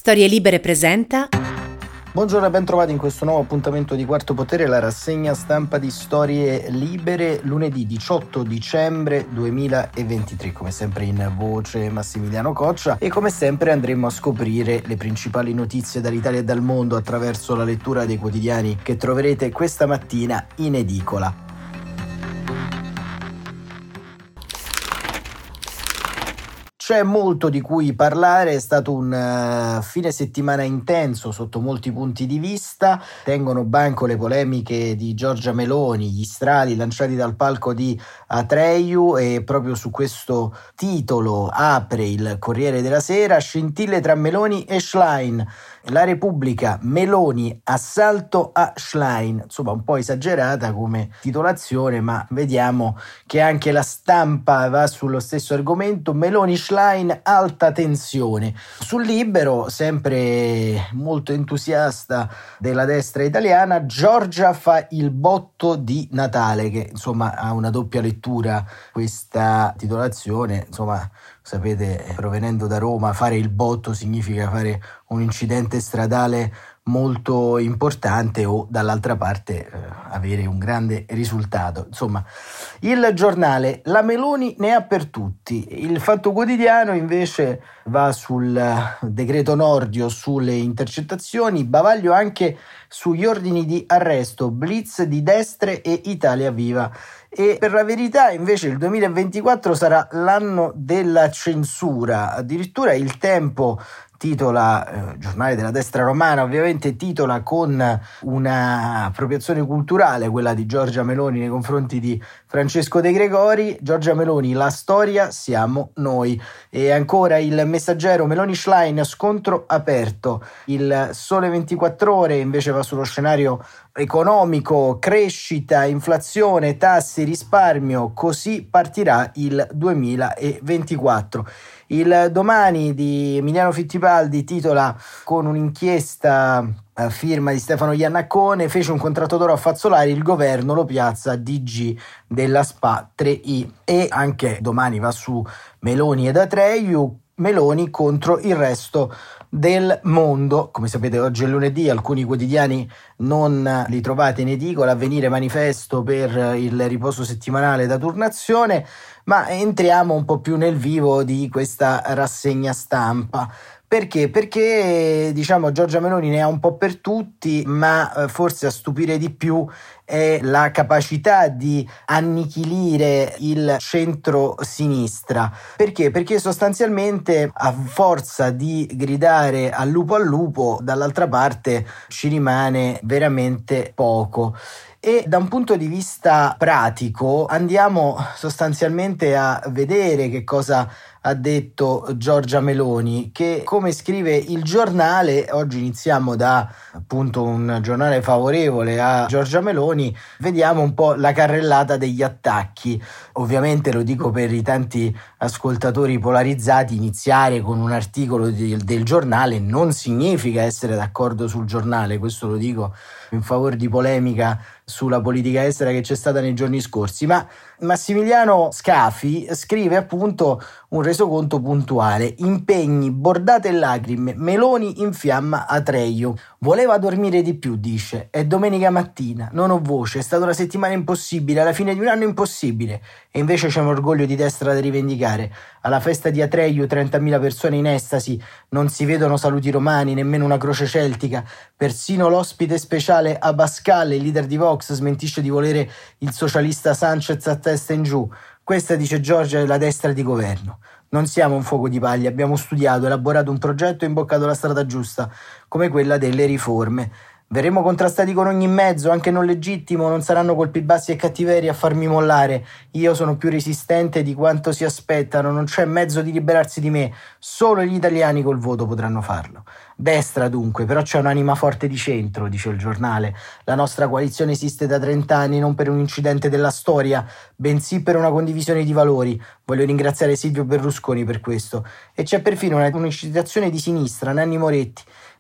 Storie Libere presenta. Buongiorno e ben trovati in questo nuovo appuntamento di Quarto Potere, la rassegna stampa di Storie Libere, lunedì 18 dicembre 2023. Come sempre in voce Massimiliano Coccia e come sempre andremo a scoprire le principali notizie dall'Italia e dal mondo attraverso la lettura dei quotidiani che troverete questa mattina in edicola. C'è molto di cui parlare, è stato un fine settimana intenso sotto molti punti di vista. Tengono banco le polemiche di Giorgia Meloni, gli strali lanciati dal palco di Atreju, e proprio su questo titolo apre il Corriere della Sera: scintille tra Meloni e Schlein. La Repubblica, Meloni, assalto a Schlein. Insomma, un po' esagerata come titolazione, ma vediamo che anche la Stampa va sullo stesso argomento. Meloni, Schlein, alta tensione. Sul Libero, sempre molto entusiasta della destra italiana, Giorgia fa il botto di Natale, che insomma ha una doppia lettura questa titolazione. Insomma, sapete, provenendo da Roma, fare il botto significa fare un incidente stradale molto importante o dall'altra parte avere un grande risultato. Insomma, il Giornale, la Meloni ne ha per tutti. Il Fatto Quotidiano invece va sul decreto Nordio, sulle intercettazioni, bavaglio anche sugli ordini di arresto, blitz di destre e Italia Viva. E per la verità invece il 2024 sarà l'anno della censura. Addirittura Il Tempo titola, giornale della destra romana ovviamente, titola con una appropriazione culturale, quella di Giorgia Meloni nei confronti di Francesco De Gregori: Giorgia Meloni, la storia siamo noi. E ancora Il Messaggero, Meloni Schlein, scontro aperto. Il Sole 24 Ore invece va sullo scenario economico, crescita, inflazione, tasse, risparmio, così partirà il 2024. Il Domani di Emiliano Fittipaldi titola con un'inchiesta a firma di Stefano Iannaccone: fece un contratto d'oro a Fazzolari, il governo lo piazza DG della SPA 3i. E anche Domani va su Meloni ed Atreju, Meloni contro il resto del mondo. Come sapete, oggi è lunedì, alcuni quotidiani non li trovate in edicola. Avvenire, Manifesto per il riposo settimanale da turnazione. Ma entriamo un po' più nel vivo di questa rassegna stampa. Perché? Perché diciamo Giorgia Meloni ne ha un po' per tutti, ma forse a stupire di più è la capacità di annichilire il centro-sinistra. Perché? Perché sostanzialmente, a forza di gridare al lupo, dall'altra parte ci rimane veramente poco. E da un punto di vista pratico andiamo sostanzialmente a vedere che cosa ha detto Giorgia Meloni, che, come scrive il Giornale, oggi iniziamo da appunto un giornale favorevole a Giorgia Meloni, vediamo un po' la carrellata degli attacchi. Ovviamente, lo dico per i tanti ascoltatori polarizzati, iniziare con un articolo del Giornale non significa essere d'accordo sul Giornale. Questo lo dico in favore di polemica sulla politica estera che c'è stata nei giorni scorsi. Ma Massimiliano Scafi scrive appunto un resoconto puntuale: impegni, bordate e lacrime, Meloni infiamma Atreju. Voleva dormire di più, dice, è domenica mattina, non ho voce, è stata una settimana impossibile, alla fine di un anno impossibile. E invece c'è un orgoglio di destra da rivendicare. Alla festa di Atreju 30.000 persone in estasi, non si vedono saluti romani, nemmeno una croce celtica. Persino l'ospite speciale Abascal, il leader di Vox, smentisce di volere il socialista Sanchez a testa in giù. Questa, dice Giorgia, è la destra di governo. Non siamo un fuoco di paglia, abbiamo studiato, elaborato un progetto e imboccato la strada giusta, come quella delle riforme. Verremo contrastati con ogni mezzo, anche non legittimo, non saranno colpi bassi e cattiveria a farmi mollare. Io sono più resistente di quanto si aspettano, non c'è mezzo di liberarsi di me, solo gli italiani col voto potranno farlo. Destra dunque, però c'è un'anima forte di centro, dice il Giornale. La nostra coalizione esiste da 30 anni non per un incidente della storia, bensì per una condivisione di valori. Voglio ringraziare Silvio Berlusconi per questo. E c'è perfino una citazione di sinistra, Nanni Moretti.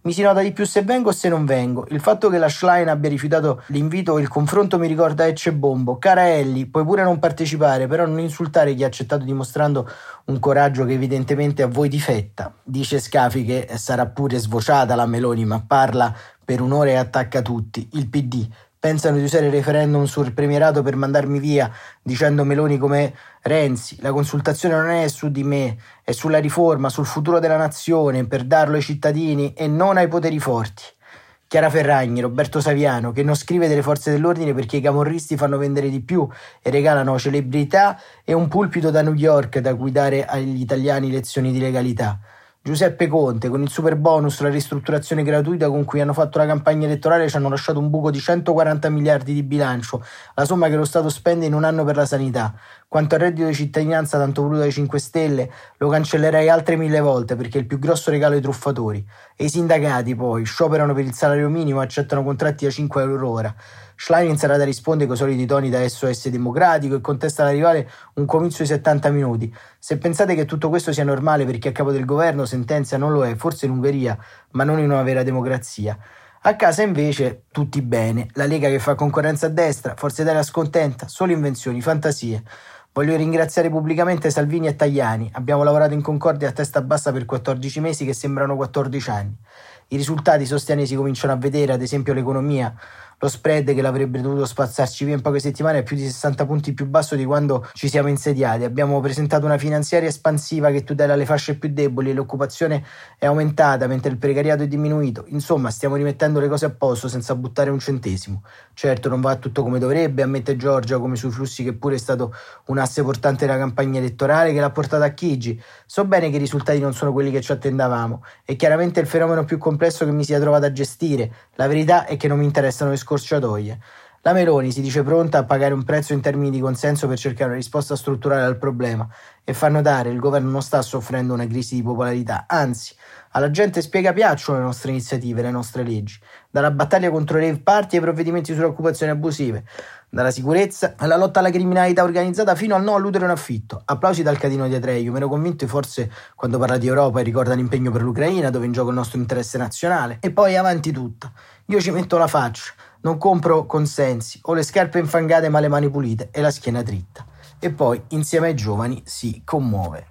Mi si nota di più se vengo o se non vengo. Il fatto che la Schlein abbia rifiutato l'invito o il confronto mi ricorda Ecce Bombo. Cara Ellie, puoi pure non partecipare, però non insultare chi ha accettato dimostrando un coraggio che evidentemente a voi difetta. Dice Scafi che sarà pure svociata la Meloni, ma parla per un'ora e attacca tutti. Il PD. Pensano di usare il referendum sul premierato per mandarmi via, dicendo Meloni come Renzi. La consultazione non è su di me, è sulla riforma, sul futuro della nazione, per darlo ai cittadini e non ai poteri forti. Chiara Ferragni, Roberto Saviano, che non scrive delle forze dell'ordine perché i camorristi fanno vendere di più e regalano celebrità e un pulpito da New York da cui dare agli italiani lezioni di legalità. Giuseppe Conte, con il super bonus, la ristrutturazione gratuita con cui hanno fatto la campagna elettorale, ci hanno lasciato un buco di 140 miliardi di bilancio, la somma che lo Stato spende in un anno per la sanità. Quanto al reddito di cittadinanza tanto voluto dai 5 Stelle, lo cancellerei altre 1000 volte perché è il più grosso regalo ai truffatori. E i sindacati poi scioperano per il salario minimo e accettano contratti da 5 euro l'ora. Schlein in serata risponde con i soliti toni da SOS democratico e contesta alla rivale un comizio di 70 minuti. Se pensate che tutto questo sia normale perché a capo del governo Sentenzia non lo è, forse in Ungheria, ma non in una vera democrazia. A casa invece tutti bene, la Lega che fa concorrenza a destra, Forza Italia scontenta, solo invenzioni, fantasie. Voglio ringraziare pubblicamente Salvini e Tajani, abbiamo lavorato in concordia a testa bassa per 14 mesi che sembrano 14 anni. I risultati sostiene si cominciano a vedere, ad esempio l'economia. Lo spread che l'avrebbe dovuto spazzarci via in poche settimane è più di 60 punti più basso di quando ci siamo insediati. Abbiamo presentato una finanziaria espansiva che tutela le fasce più deboli e l'occupazione è aumentata mentre il precariato è diminuito. Insomma, stiamo rimettendo le cose a posto senza buttare un centesimo. Certo, non va tutto come dovrebbe, ammette Giorgia, come sui flussi che pure è stato un asse portante della campagna elettorale che l'ha portata a Chigi. So bene che i risultati non sono quelli che ci attendavamo. È chiaramente il fenomeno più complesso che mi sia trovato a gestire. La verità è che non mi interessano le scorciatoie. La Meloni si dice pronta a pagare un prezzo in termini di consenso per cercare una risposta strutturale al problema e fa notare che il governo non sta soffrendo una crisi di popolarità, anzi, alla gente spiega piacciono le nostre iniziative, le nostre leggi, dalla battaglia contro i rave party ai provvedimenti sulle occupazioni abusive, dalla sicurezza alla lotta alla criminalità organizzata fino al no all'utero in affitto. Applausi dal catino di Atreio, meno convinto forse quando parla di Europa e ricorda l'impegno per l'Ucraina dove è in gioco il nostro interesse nazionale, e poi avanti tutta. Io ci metto la faccia, non compro consensi, ho le scarpe infangate ma le mani pulite e la schiena dritta. E poi insieme ai giovani si commuove.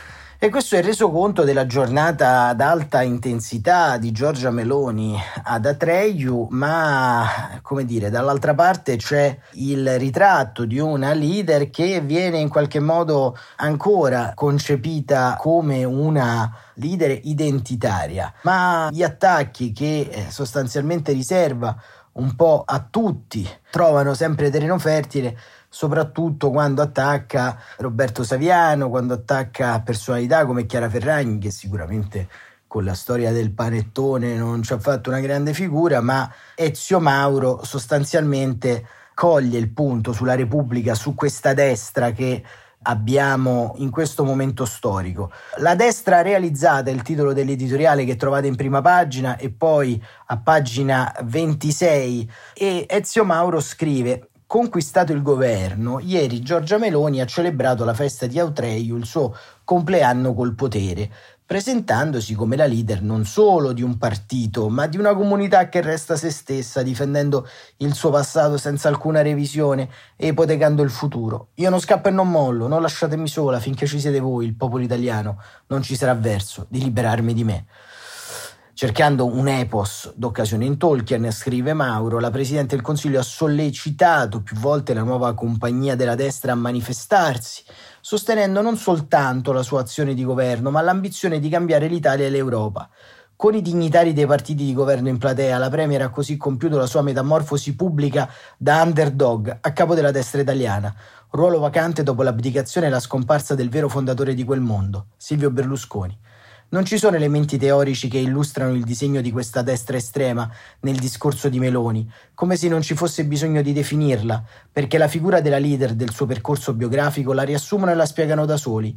E questo è il resoconto della giornata ad alta intensità di Giorgia Meloni ad Atreju, ma come dire, dall'altra parte c'è il ritratto di una leader che viene in qualche modo ancora concepita come una leader identitaria, ma gli attacchi che sostanzialmente riserva un po' a tutti trovano sempre terreno fertile, soprattutto quando attacca Roberto Saviano, quando attacca personalità come Chiara Ferragni, che sicuramente con la storia del panettone non ci ha fatto una grande figura, ma Ezio Mauro sostanzialmente coglie il punto sulla Repubblica, su questa destra che abbiamo in questo momento storico. La destra realizzata è il titolo dell'editoriale che trovate in prima pagina e poi a pagina 26, e Ezio Mauro scrive: conquistato il governo, ieri Giorgia Meloni ha celebrato la festa di Atreju, il suo compleanno col potere, presentandosi come la leader non solo di un partito, ma di una comunità che resta se stessa, difendendo il suo passato senza alcuna revisione e ipotecando il futuro. Io non scappo e non mollo, non lasciatemi sola finché ci siete voi, il popolo italiano, non ci sarà verso di liberarmi di me. Cercando un epos d'occasione in Tolkien, scrive Mauro, la Presidente del Consiglio ha sollecitato più volte la nuova compagnia della destra a manifestarsi, sostenendo non soltanto la sua azione di governo, ma l'ambizione di cambiare l'Italia e l'Europa. Con i dignitari dei partiti di governo in platea, la Premier ha così compiuto la sua metamorfosi pubblica da underdog a capo della destra italiana, ruolo vacante dopo l'abdicazione e la scomparsa del vero fondatore di quel mondo, Silvio Berlusconi. Non ci sono elementi teorici che illustrano il disegno di questa destra estrema nel discorso di Meloni, come se non ci fosse bisogno di definirla, perché la figura della leader del suo percorso biografico la riassumono e la spiegano da soli.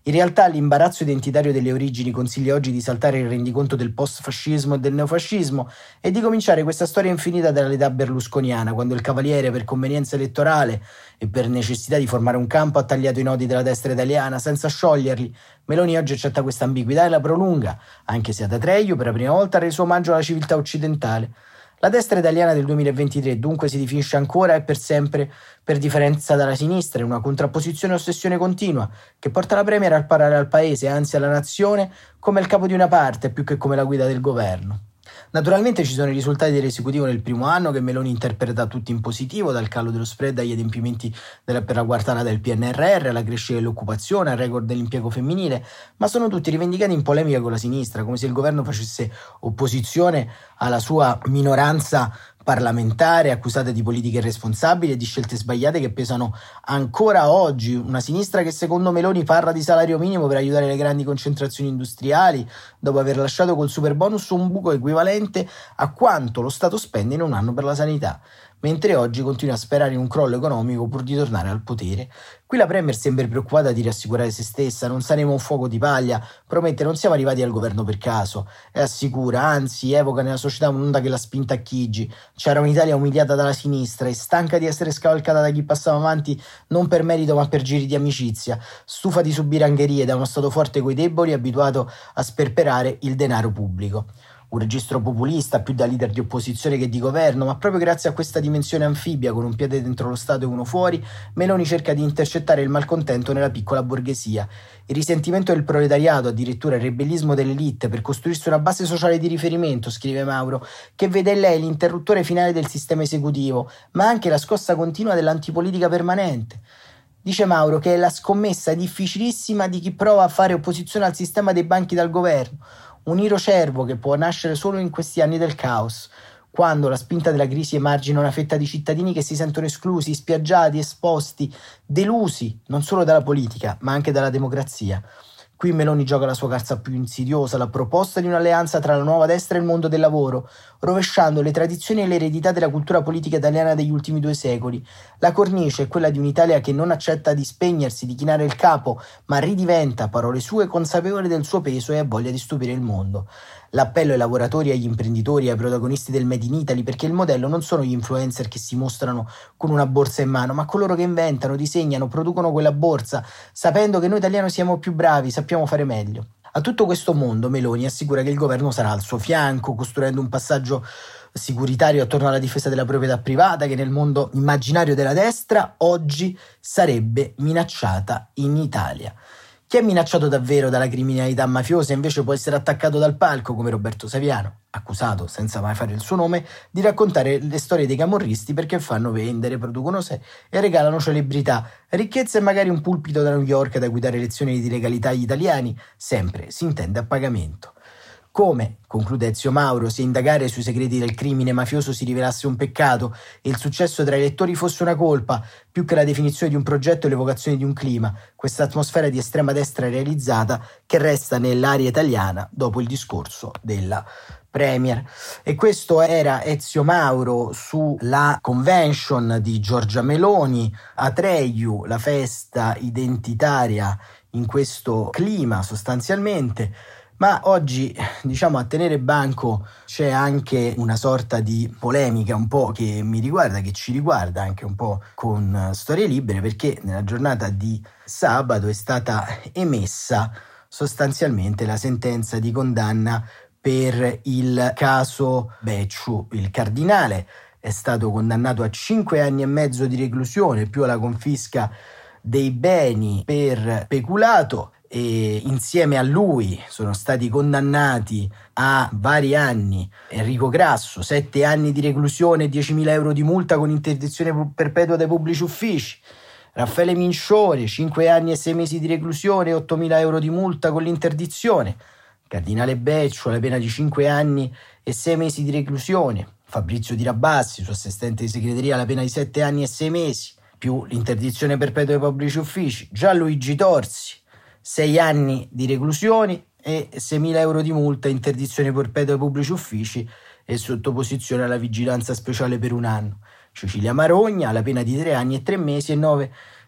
In realtà l'imbarazzo identitario delle origini consiglia oggi di saltare il rendiconto del post-fascismo e del neofascismo e di cominciare questa storia infinita dall'età berlusconiana, quando il Cavaliere, per convenienza elettorale e per necessità di formare un campo, ha tagliato i nodi della destra italiana senza scioglierli. Meloni oggi accetta questa ambiguità e la prolunga, anche se ad Atreju per la prima volta ha reso omaggio alla civiltà occidentale. La destra italiana del 2023 dunque si definisce ancora e per sempre, per differenza dalla sinistra, in una contrapposizione e ossessione continua che porta la Premier a parlare al paese, anzi alla nazione, come il capo di una parte più che come la guida del governo. Naturalmente ci sono i risultati dell'esecutivo nel primo anno che Meloni interpreta tutti in positivo, dal calo dello spread agli adempimenti per la quartata del PNRR, alla crescita dell'occupazione, al record dell'impiego femminile, ma sono tutti rivendicati in polemica con la sinistra, come se il governo facesse opposizione alla sua minoranza parlamentare accusata di politiche irresponsabili e di scelte sbagliate che pesano ancora oggi. Una sinistra che secondo Meloni parla di salario minimo per aiutare le grandi concentrazioni industriali, dopo aver lasciato col superbonus un buco equivalente a quanto lo Stato spende in un anno per la sanità, mentre oggi continua a sperare in un crollo economico pur di tornare al potere. Qui la Premier sembra preoccupata di rassicurare se stessa: non saremo un fuoco di paglia, promette non siamo arrivati al governo per caso, e assicura, anzi evoca nella società un'onda che l'ha spinta a Chigi. C'era un'Italia umiliata dalla sinistra e stanca di essere scavalcata da chi passava avanti non per merito ma per giri di amicizia, stufa di subire angherie da uno Stato forte coi deboli, abituato a sperperare il denaro pubblico. Un registro populista più da leader di opposizione che di governo, ma proprio grazie a questa dimensione anfibia, con un piede dentro lo Stato e uno fuori, Meloni cerca di intercettare il malcontento nella piccola borghesia. Il risentimento del proletariato, addirittura il ribellismo dell'elite per costruirsi una base sociale di riferimento, scrive Mauro, che vede in lei l'interruttore finale del sistema esecutivo, ma anche la scossa continua dell'antipolitica permanente. Dice Mauro che è la scommessa difficilissima di chi prova a fare opposizione al sistema dei banchi dal governo, un irocervo che può nascere solo in questi anni del caos, quando la spinta della crisi emargina una fetta di cittadini che si sentono esclusi, spiaggiati, esposti, delusi non solo dalla politica, ma anche dalla democrazia. Qui Meloni gioca la sua carta più insidiosa, la proposta di un'alleanza tra la nuova destra e il mondo del lavoro, rovesciando le tradizioni e l'eredità della cultura politica italiana degli ultimi 2 secoli. La cornice è quella di un'Italia che non accetta di spegnersi, di chinare il capo, ma ridiventa, parole sue, consapevole del suo peso e ha voglia di stupire il mondo. L'appello ai lavoratori, agli imprenditori, ai protagonisti del Made in Italy, perché il modello non sono gli influencer che si mostrano con una borsa in mano, ma coloro che inventano, disegnano, producono quella borsa, sapendo che noi italiani siamo più bravi, sappiamo fare meglio. A tutto questo mondo Meloni assicura che il governo sarà al suo fianco, costruendo un passaggio sicuritario attorno alla difesa della proprietà privata che nel mondo immaginario della destra oggi sarebbe minacciata in Italia. Chi è minacciato davvero dalla criminalità mafiosa invece può essere attaccato dal palco, come Roberto Saviano, accusato, senza mai fare il suo nome, di raccontare le storie dei camorristi perché fanno vendere, producono sé e regalano celebrità, ricchezza e magari un pulpito da New York da guidare lezioni di legalità agli italiani, sempre si intende a pagamento. Come, conclude Ezio Mauro, se indagare sui segreti del crimine mafioso si rivelasse un peccato e il successo tra i lettori fosse una colpa, più che la definizione di un progetto e l'evocazione di un clima, questa atmosfera di estrema destra realizzata che resta nell'aria italiana dopo il discorso della Premier. E questo era Ezio Mauro sulla convention di Giorgia Meloni, Atreju, la festa identitaria in questo clima sostanzialmente. Ma oggi, a tenere banco c'è anche una sorta di polemica un po' che mi riguarda, che ci riguarda anche un po' con Storie Libere, perché nella giornata di sabato è stata emessa sostanzialmente la sentenza di condanna per il caso Becciu. Il cardinale è stato condannato a 5 anni e mezzo di reclusione più alla confisca dei beni per peculato, e insieme a lui sono stati condannati a vari anni Enrico Grasso, 7 anni di reclusione e 10.000 euro di multa con interdizione perpetua dai pubblici uffici, Raffaele Mincione, 5 anni e 6 mesi di reclusione e 8.000 euro di multa con l'interdizione, Cardinale Becciu la pena di 5 anni e 6 mesi di reclusione, Fabrizio Di Rabassi, suo assistente di segreteria, la pena di 7 anni e 6 mesi, più l'interdizione perpetua dai pubblici uffici, Gianluigi Torsi, 6 anni di reclusione e 6.000 euro di multa, interdizione perpetua ai pubblici uffici e sottoposizione alla vigilanza speciale per 1 anno. Cecilia Marogna, la pena di 3 anni e 3 mesi e 9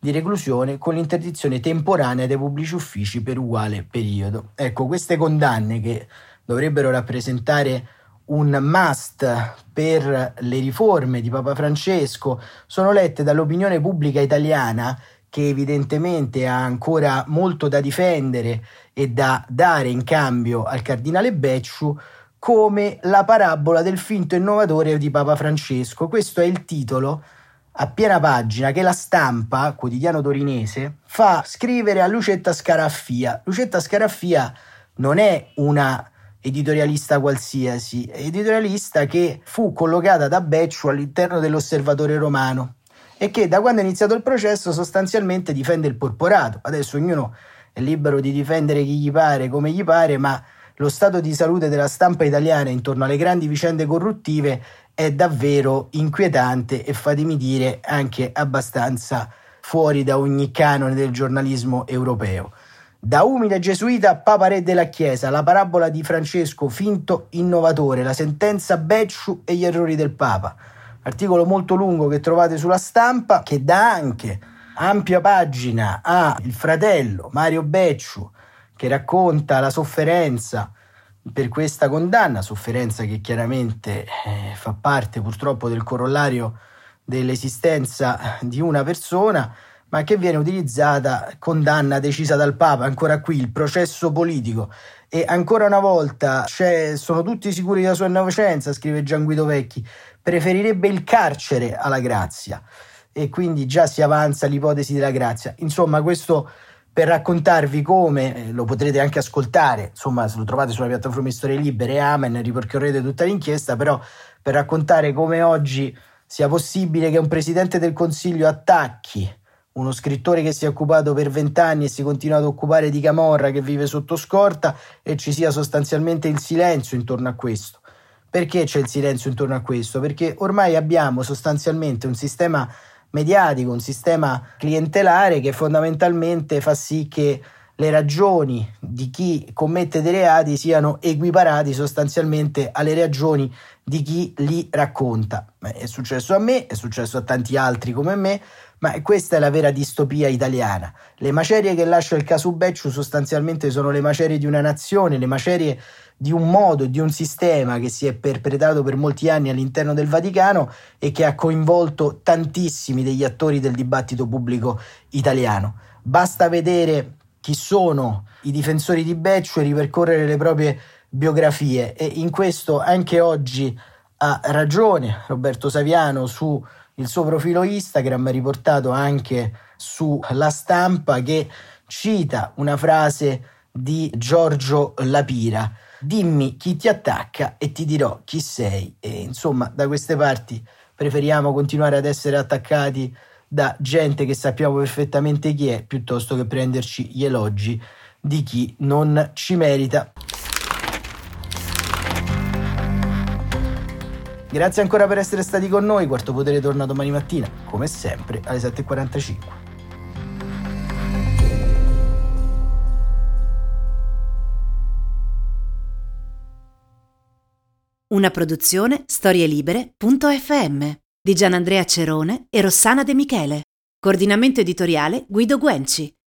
di reclusione con l'interdizione temporanea dai pubblici uffici per uguale periodo. Ecco, queste condanne che dovrebbero rappresentare un must per le riforme di Papa Francesco sono lette dall'opinione pubblica italiana, che evidentemente ha ancora molto da difendere e da dare in cambio al cardinale Becciu, come la parabola del finto innovatore di Papa Francesco. Questo è il titolo a piena pagina che La Stampa, quotidiano torinese, fa scrivere a Lucetta Scaraffia. Lucetta Scaraffia non è una editorialista qualsiasi, è editorialista che fu collocata da Becciu all'interno dell'Osservatore Romano e che da quando è iniziato il processo sostanzialmente difende il porporato. Adesso ognuno è libero di difendere chi gli pare, come gli pare, ma lo stato di salute della stampa italiana intorno alle grandi vicende corruttive è davvero inquietante e, fatemi dire, anche abbastanza fuori da ogni canone del giornalismo europeo. Da umile gesuita a Papa Re della Chiesa, la parabola di Francesco finto innovatore, la sentenza Becciu e gli errori del Papa. Articolo molto lungo che trovate sulla Stampa, che dà anche ampia pagina a il fratello Mario Becciu, che racconta la sofferenza per questa condanna, sofferenza che chiaramente fa parte purtroppo del corollario dell'esistenza di una persona, ma che viene utilizzata, condanna decisa dal Papa, ancora qui il processo politico. E ancora una volta sono tutti sicuri della sua innocenza, scrive Gian Guido Vecchi, preferirebbe il carcere alla grazia, e quindi già si avanza l'ipotesi della grazia. Insomma, questo per raccontarvi come, lo potrete anche ascoltare, insomma se lo trovate sulla piattaforma Storie Libere, Amen, ripercorrete tutta l'inchiesta, però per raccontare come oggi sia possibile che un presidente del Consiglio attacchi uno scrittore che si è occupato per 20 anni e si continua ad occupare di Camorra, che vive sotto scorta, e ci sia sostanzialmente il silenzio intorno a questo. Perché c'è il silenzio intorno a questo? Perché ormai abbiamo sostanzialmente un sistema mediatico, un sistema clientelare che fondamentalmente fa sì che le ragioni di chi commette dei reati siano equiparati sostanzialmente alle ragioni di chi li racconta. È successo a me, è successo a tanti altri come me, ma questa è la vera distopia italiana. Le macerie che lascia il caso Becciu sostanzialmente sono le macerie di una nazione, le macerie di un modo, di un sistema che si è perpetrato per molti anni all'interno del Vaticano e che ha coinvolto tantissimi degli attori del dibattito pubblico italiano. Basta vedere chi sono i difensori di Becciu e ripercorrere le proprie biografie, e in questo anche oggi ha ragione Roberto Saviano su il suo profilo Instagram, riportato anche su La Stampa, che cita una frase di Giorgio Lapira: dimmi chi ti attacca e ti dirò chi sei. E insomma, da queste parti preferiamo continuare ad essere attaccati da gente che sappiamo perfettamente chi è, piuttosto che prenderci gli elogi di chi non ci merita. Grazie ancora per essere stati con noi. Quarto Potere torna domani mattina, come sempre, alle 7:45. Una produzione storielibere.fm di Gianandrea Cerone e Rossana De Michele. Coordinamento editoriale Guido Guenci.